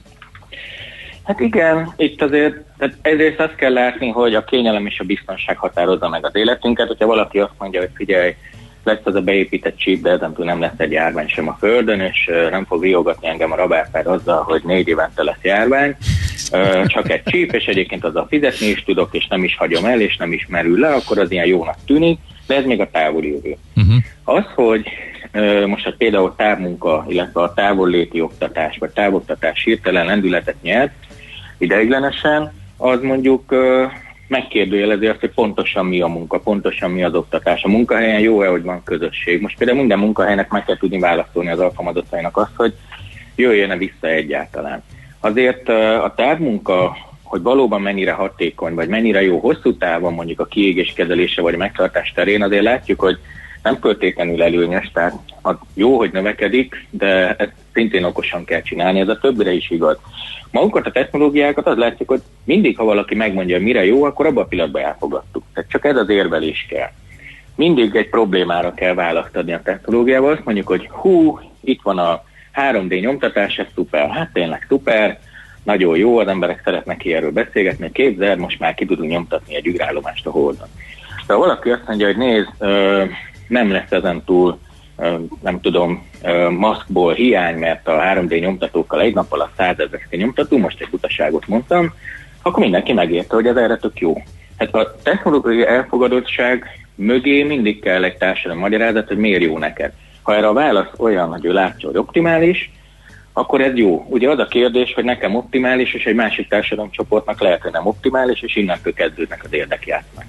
Hát igen, itt azért ezért azt kell látni, hogy a kényelem és a biztonság határozza meg az életünket. Hogyha valaki azt mondja, hogy figyelj, lesz az a beépített chip, de ezentúl nem lesz egy járvány sem a Földön, és nem fog riogatni engem a rabárpár azzal, hogy 4 évente lesz járvány, csak egy chip, és egyébként azzal fizetni is tudok, és nem is hagyom el, és nem is merül le, akkor az ilyen jónak tűnik, de ez még a távoli jövő. Az, hogy most például távmunka, illetve a távolléti oktatás, vagy távoktatás hirtelen lendületet nyert ideiglenesen, az mondjuk megkérdőjelezi azt, hogy pontosan mi a munka, pontosan mi az oktatás. A munkahelyen jó-e, hogy van közösség. Most például minden munkahelynek meg kell tudni válaszolni az alkalmazottainak azt, hogy jöjjön-e vissza egyáltalán. Azért a távmunka, hogy valóban mennyire hatékony, vagy mennyire jó hosszú távon mondjuk a kiégés kezelése, vagy a megtartás terén, azért látjuk, hogy nem föltétlenül előnyös, tehát jó, hogy növekedik, de ezt szintén okosan kell csinálni, ez a többire is igaz. Magukat a technológiákat az látszik, hogy mindig, ha valaki megmondja, hogy mire jó, akkor abban a pillanatban elfogadtuk. Tehát csak ez az érvelés kell. Mindig egy problémára kell választ adni a technológiával, azt mondjuk, hogy itt van a 3D nyomtatás, ez szuper. Hát tényleg szuper, nagyon jó, az emberek szeretnek ki erről beszélgetni, képzeld, most már ki tudunk nyomtatni egy űrállomást a Holdon. De valaki azt mondja, hogy nézd, nem lesz ezen túl, nem tudom, maszkból hiány, mert a 3D nyomtatókkal egy nap alatt 100 000 nyomtató, most egy utaságot mondtam, akkor mindenki megérte, hogy ez erre tök jó. Hát a technológiai elfogadottság mögé mindig kell egy társadalmi magyarázat, hogy miért jó neked. Ha erre a válasz olyan, hogy ő látja, hogy optimális, akkor ez jó. Ugye az a kérdés, hogy nekem optimális, és egy másik társadalomcsoportnak lehet, hogy nem optimális, és innentől kezdődnek az érdekjátszmák.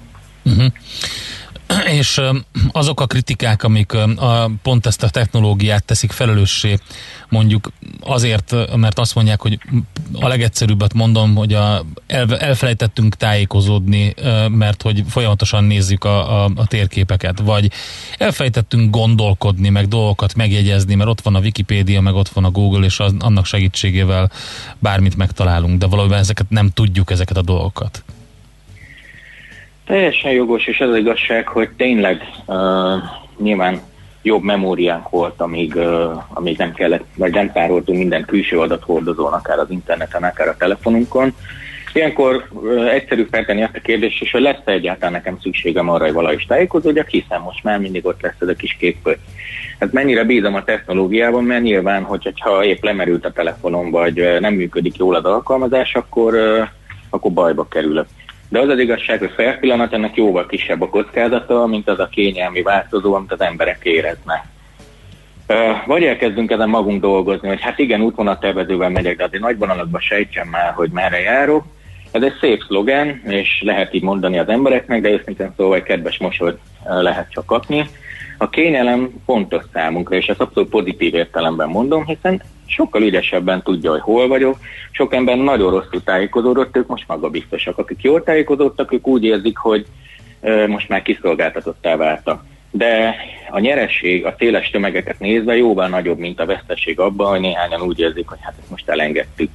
És azok a kritikák, amik pont ezt a technológiát teszik felelőssé, mondjuk azért, mert azt mondják, hogy a legegyszerűbbet mondom, hogy elfelejtettünk tájékozódni, mert hogy folyamatosan nézzük a térképeket, vagy elfelejtettünk gondolkodni, meg dolgokat megjegyezni, mert ott van a Wikipédia, meg ott van a Google, és annak segítségével bármit megtalálunk, de valójában ezeket nem tudjuk, ezeket a dolgokat. Teljesen jogos, és ez az igazság, hogy tényleg nyilván jobb memóriánk volt, amíg nem kellett, vagy nem tároltunk minden külső adathordozón, akár az interneten, akár a telefonunkon. Ilyenkor egyszerű feltenni azt a kérdést is, hogy lesz-e egyáltalán nekem szükségem arra, hogy valahogy is tájékozódjak, hiszen most már mindig ott lesz ez a kis kék. Hát mennyire bízom a technológiában, mert nyilván, hogyha épp lemerült a telefonom, vagy nem működik jól az alkalmazás, akkor bajba kerülök. De az az igazság, hogy fair pillanat, ennek jóval kisebb a kockázata, mint az a kényelmi változó, amit az emberek éreznek. Vagy elkezdünk ezen magunk dolgozni, hogy hát igen, útvonaltervezővel megyek, de azért nagy vonalakban sejtsem már, hogy merre járok. Ez egy szép szlogen, és lehet így mondani az embereknek, de őszintén szóval egy kedves mosolyt lehet csak kapni. A kényelem fontos számunkra, és ezt abszolút pozitív értelemben mondom, hiszen sokkal ügyesebben tudja, hogy hol vagyok. Sok ember nagyon rosszul tájékozódott, ők most magabiztosak. Akik jól tájékozódtak, ők úgy érzik, hogy most már kiszolgáltatottá váltak. De a nyeresség a széles tömegeket nézve jóval nagyobb, mint a veszteség abban, hogy néhányan úgy érzik, hogy hát ezt most elengedtük.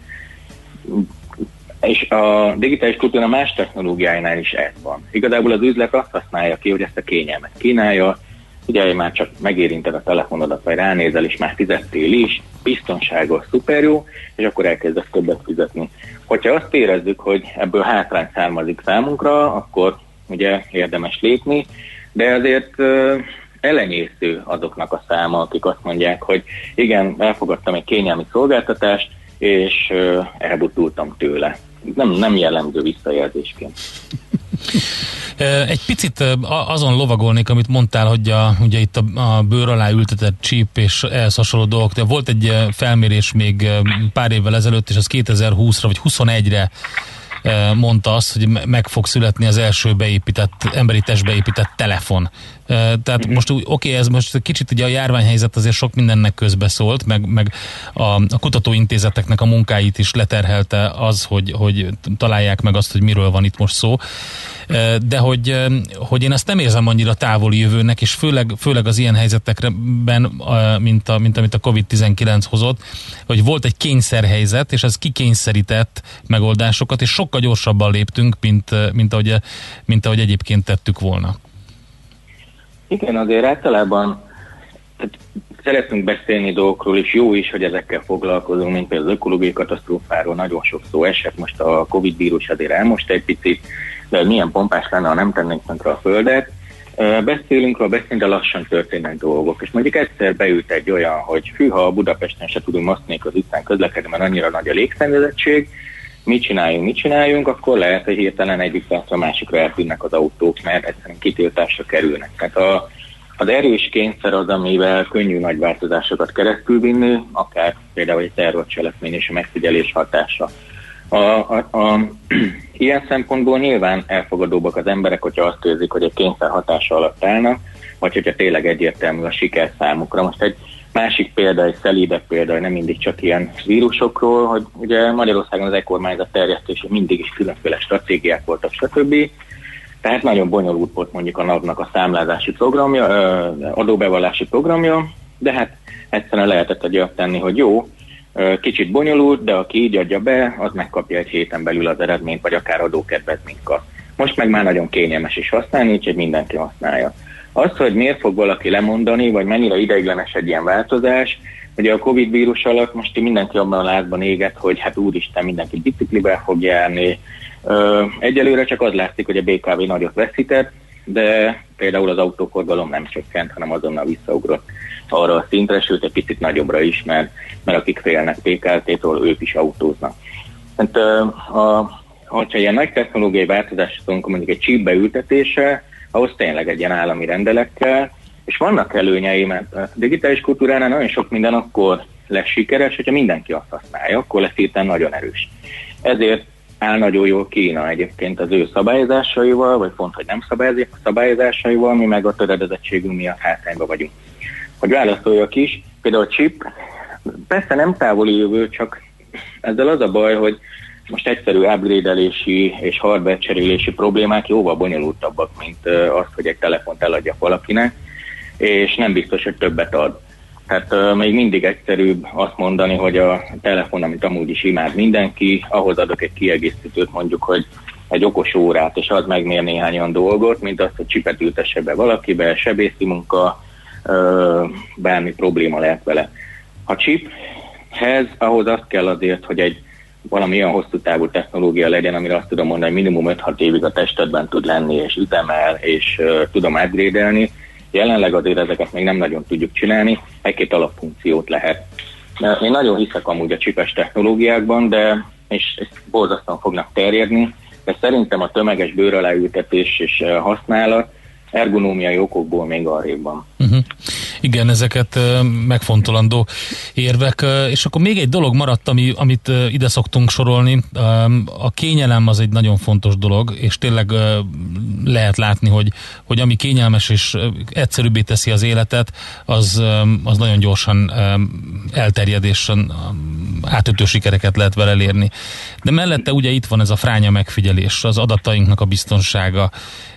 És a digitális kultúra más technológiáinál is ez van. Igazából az üzlet azt használja ki, hogy ezt a kényelmet kínálja. Ugye már csak megérinted a telefonodat, vagy ránézel, és már fizettél is, biztonságos, szuper jó, és akkor elkezdesz többet fizetni. Hogyha azt érezzük, hogy ebből hátrány származik számunkra, akkor ugye érdemes lépni, de azért elenyésző azoknak a száma, akik azt mondják, hogy igen, elfogadtam egy kényelmi szolgáltatást, és elbutultam tőle. Nem jellemző visszajelzésként. Egy picit azon lovagolnék, amit mondtál, hogy ugye itt a bőr alá ültetett chip és ehhez hasonló dolgok. De volt egy felmérés még pár évvel ezelőtt, és az 2020-ra vagy 2021-re mondta azt, hogy meg fog születni az első emberi testbe épített telefon. Tehát most oké, ez most kicsit ugye a járványhelyzet azért sok mindennek közbeszólt, meg a kutatóintézeteknek a munkáit is leterhelte az, hogy találják meg azt, hogy miről van itt most szó. De hogy én ezt nem érzem annyira távoli jövőnek, és főleg az ilyen helyzetekben, mint amit a COVID-19 hozott, hogy volt egy kényszerhelyzet, és ez kikényszerített megoldásokat, és sokkal gyorsabban léptünk, mint ahogy egyébként tettük volna. Igen, azért általában szeretünk beszélni dolgokról, és jó is, hogy ezekkel foglalkozunk, mint például az ökológiai katasztrófáról nagyon sok szó esett, most a Covid vírus azért elmosta egy picit, de milyen pompás lenne, ha nem tennénk tönkre a Földet. Beszélünk, de lassan történnek dolgok. És mondjuk egyszer beült egy olyan, hogy ha a Budapesten se tudunk maszknék az utcán közlekedni, mert annyira nagy a légszennyezettség, mit csináljunk, akkor lehet, hogy hirtelen egyik percre a másikra eltűnnek az autók, mert egyszerűen kitiltásra kerülnek. Tehát az erős kényszer az, amivel könnyű nagy változásokat keresztül vinni, akár például egy terrorcselekmény és a megfigyelés hatása. Ilyen szempontból nyilván elfogadóbbak az emberek, hogyha azt érzik, hogy egy kényszer hatása alatt állnak, vagy hogyha tényleg egyértelmű a siker számukra. Most egy másik példa, egy szelídebb példa, nem mindig csak ilyen vírusokról, hogy ugye Magyarországon az e-kormányzat terjesztése mindig is különféle stratégiák voltak, stb. Tehát nagyon bonyolult volt mondjuk a NAV-nak a számlázási programja, adóbevallási programja, de hát egyszerűen lehetett egy olyat tenni, hogy jó, kicsit bonyolult, de aki így adja be, az megkapja egy héten belül az eredményt, vagy akár adókedvezményt kap. Most meg már nagyon kényelmes is használni, úgyhogy mindenki használja. Az, hogy miért fog valaki lemondani, vagy mennyire ideiglenes egy ilyen változás, ugye a Covid vírus alatt most mindenki abban a lázban éget, hogy hát úristen, mindenki biciklivel fog járni. Egyelőre csak az látszik, hogy a BKV nagyot veszített, de például az autóforgalom nem csökkent, hanem azonnal visszaugrott arra a szintre, sőt egy picit nagyobbra is, mert akik félnek PKT-tól, ők is autóznak. Hát, hogyha ilyen nagy technológiai változásra tudunk, mondjuk egy chip beültetése, ahhoz tényleg egy ilyen állami rendeletkel, és vannak előnyei, mert a digitális kultúránál nagyon sok minden akkor lesz sikeres, hogyha mindenki azt használja, akkor lesz hirtelen nagyon erős. Ezért áll nagyon jól Kína egyébként az ő szabályozásaival, vagy pont, hogy nem szabályozásaival, mi meg a töredezettségünk miatt hátrányban vagyunk. Hogy válaszoljak is, például a chip, persze nem távoli jövő, csak ezzel az a baj, hogy most egyszerű upgrade-elési és hardware cserélési problémák jóval bonyolultabbak, mint az, hogy egy telefont eladjak valakinek, és nem biztos, hogy többet ad. Tehát még mindig egyszerűbb azt mondani, hogy a telefon, amit amúgy is imád mindenki, ahhoz adok egy kiegészítőt, mondjuk, hogy egy okos órát, és az megmér néhány olyan dolgot, mint azt, hogy csipet ültesse be valakibe, sebészi munka, bármi probléma lehet vele. Ha chiphez, ahhoz azt kell azért, hogy egy valami olyan hosszú távú technológia legyen, amire azt tudom mondani, hogy minimum 5-6 évig a testedben tud lenni, és üzemel, és tudom upgrade-elni. Jelenleg azért ezeket még nem nagyon tudjuk csinálni, egy-két alapfunkciót lehet. Én nagyon hiszek amúgy a csipes technológiákban, és borzasztóan fognak terjedni, de szerintem a tömeges bőr alá ültetés és használat ergonómiai okokból még arrébb van. Igen, ezeket megfontolandó érvek. És akkor még egy dolog maradt, amit ide szoktunk sorolni. A kényelem az egy nagyon fontos dolog, és tényleg lehet látni, hogy ami kényelmes és egyszerűbbé teszi az életet, az nagyon gyorsan elterjed, és átütő sikereket lehet vele elérni. De mellette ugye itt van ez a fránya megfigyelés, az adatainknak a biztonsága,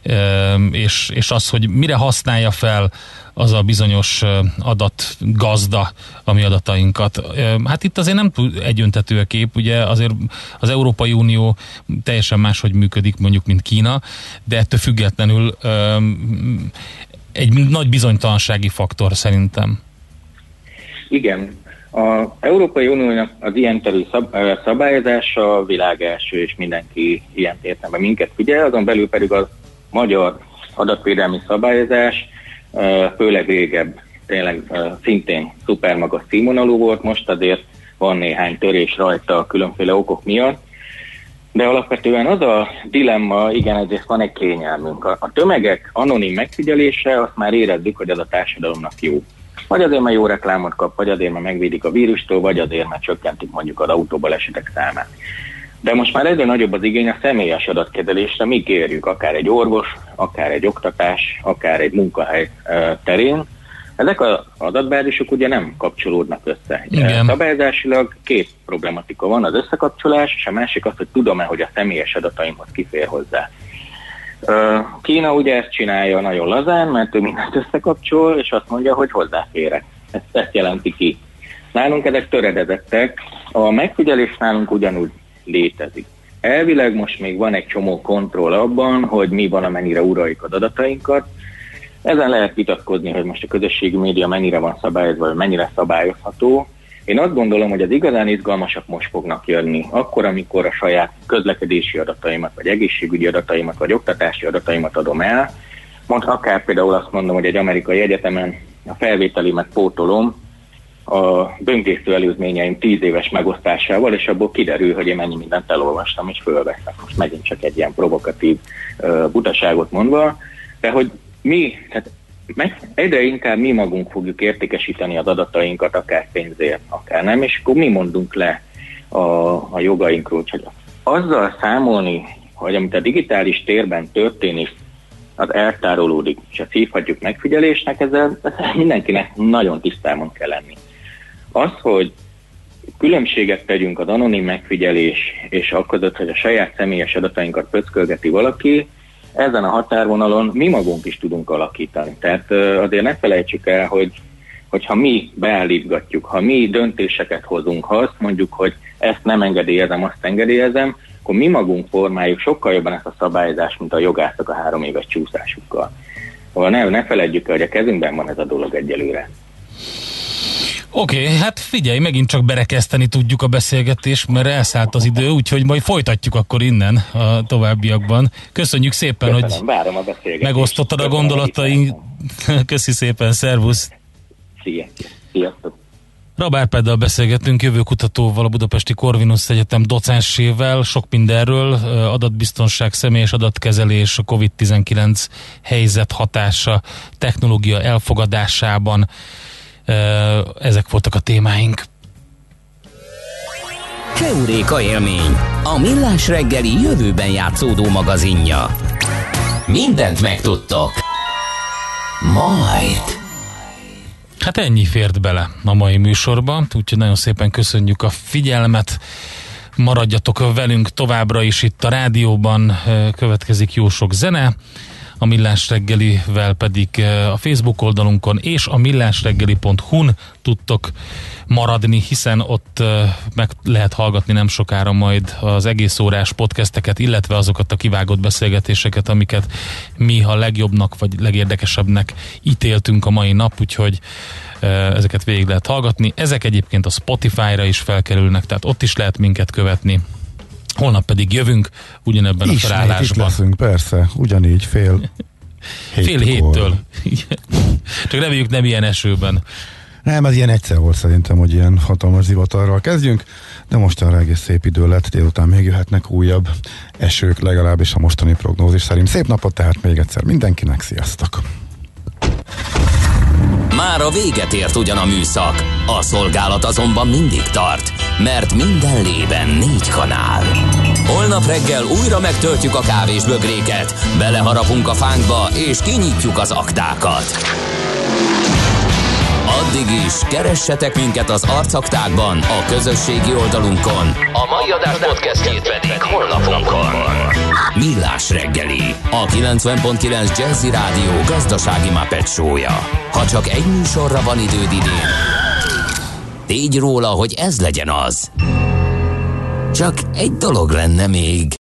és az, hogy mire használja fel az a bizonyos adatgazda a mi adatainkat. Hát itt azért nem egyöntető a kép, ugye azért az Európai Unió teljesen máshogy működik mondjuk, mint Kína, de ettől függetlenül egy nagy bizonytalansági faktor szerintem. Igen. Az Európai Uniónak az ilyen terű szabályozása a világ első, és mindenki ilyen értelemben minket figyel, azon belül pedig a magyar adatvédelmi szabályozás főleg régebb, tényleg szintén szuper magas színvonalú volt, most azért van néhány törés rajta a különféle okok miatt, de alapvetően az a dilemma, igen, ezért van egy kényelmünk. A tömegek anonim megfigyelése, azt már érezzük, hogy az a társadalomnak jó. Vagy azért, mert jó reklámot kap, vagy azért, mert megvédik a vírustól, vagy azért, mert csökkentik mondjuk az autóbalesetek számát. De most már egyre nagyobb az igény a személyes adatkezelésre, mi kérjük, akár egy orvos, akár egy oktatás, akár egy munkahely terén. Ezek az adatbázisok ugye nem kapcsolódnak össze. Szabályozásilag két problematika van, az összekapcsolás, és a másik az, hogy tudom-e, hogy a személyes adataimhoz kifér hozzá. Kína ugye ezt csinálja nagyon lazán, mert ő mindent összekapcsol, és azt mondja, hogy hozzáférek. Ezt jelenti ki. Nálunk ezek töredezettek, a megfigyelés nálunk ugyanúgy létezik. Elvileg most még van egy csomó kontroll abban, hogy mi van, amennyire uraljuk az adatainkat. Ezen lehet vitatkozni, hogy most a közösségi média mennyire van szabályozva, vagy mennyire szabályozható. Én azt gondolom, hogy az igazán izgalmasak most fognak jönni, akkor, amikor a saját közlekedési adataimat, vagy egészségügyi adataimat, vagy oktatási adataimat adom el. Most akár például azt mondom, hogy egy amerikai egyetemen a felvételimet pótolom a böngésző előzményeim 10 éves megosztásával, és abból kiderül, hogy én mennyi mindent elolvastam, és fölveszek. Most megint csak egy ilyen provokatív butaságot mondva, de hogy mi, tehát egyre inkább mi magunk fogjuk értékesíteni az adatainkat, akár pénzért, akár nem, és akkor mi mondunk le a jogainkról, hogy azzal számolni, hogy amit a digitális térben történik, az eltárolódik, és azt hívhatjuk megfigyelésnek, ezzel mindenkinek nagyon tisztában kell lenni. Az, hogy különbséget tegyünk az anonim megfigyelés és akközött, hogy a saját személyes adatainkat pöckölgeti valaki, ezen a határvonalon mi magunk is tudunk alakítani. Tehát azért ne felejtsük el, hogy ha mi beállítgatjuk, ha mi döntéseket hozunk, ha azt mondjuk, hogy ezt nem engedélyezem, azt engedélyezem, akkor mi magunk formáljuk sokkal jobban ezt a szabályozást, mint a jogászok a 3 éves csúszásukkal. Ne feledjük el, hogy a kezünkben van ez a dolog egyelőre. Oké, hát figyelj, megint csak berekeszteni tudjuk a beszélgetést, mert elszállt az idő, úgyhogy majd folytatjuk akkor innen a továbbiakban. Köszönjük szépen, hogy megosztottad a gondolataink. Köszi szépen, szervusz! Sziasztok! Rab Árpáddal beszélgettünk, jövőkutatóval, a Budapesti Corvinus Egyetem docensével, sok mindenről, adatbiztonság, személyes adatkezelés, a COVID-19 helyzet hatása, technológia elfogadásában. Ezek voltak a témáink. Heuréka élmény, a Millás reggeli jövőben játszódó magazinja. Mindent megtudtok. Majd. Hát ennyi fért bele a mai műsorba, úgyhogy nagyon szépen köszönjük a figyelmet. Maradjatok velünk továbbra is itt a rádióban, következik jó sok zene. A Millás reggelivel pedig a Facebook oldalunkon és a millásreggeli.hu-n tudtok maradni, hiszen ott meg lehet hallgatni nem sokára majd az egész órás podcasteket, illetve azokat a kivágott beszélgetéseket, amiket mi a legjobbnak vagy legérdekesebbnek ítéltünk a mai nap, úgyhogy ezeket végig lehet hallgatni. Ezek egyébként a Spotify-ra is felkerülnek, tehát ott is lehet minket követni. Holnap pedig jövünk ugyanebben a felállásban. Itt leszünk, persze, ugyanígy fél héttől. Csak reméljük nem ilyen esőben. Nem, ez ilyen egyszer volt szerintem, hogy ilyen hatalmas zivatarral kezdjünk, de mostanra egész szép idő lett, délután még jöhetnek újabb esők, legalábbis a mostani prognózis szerint. Szép napot tehát még egyszer mindenkinek, sziasztok! Már a véget ért ugyan a műszak, a szolgálat azonban mindig tart, mert minden lében 4 kanál. Holnap reggel újra megtöltjük a kávésbögréket, beleharapunk a fánkba és kinyitjuk az aktákat. Addig is keressetek minket az arcaktákban, a közösségi oldalunkon. A mai adás podcastjét pedig honlapunkon. Millás reggeli, a 90.9 Jazzy Rádió gazdasági Muppet show-ja. Ha csak egy műsorra van időd idén, tégy róla, hogy ez legyen az. Csak egy dolog lenne még.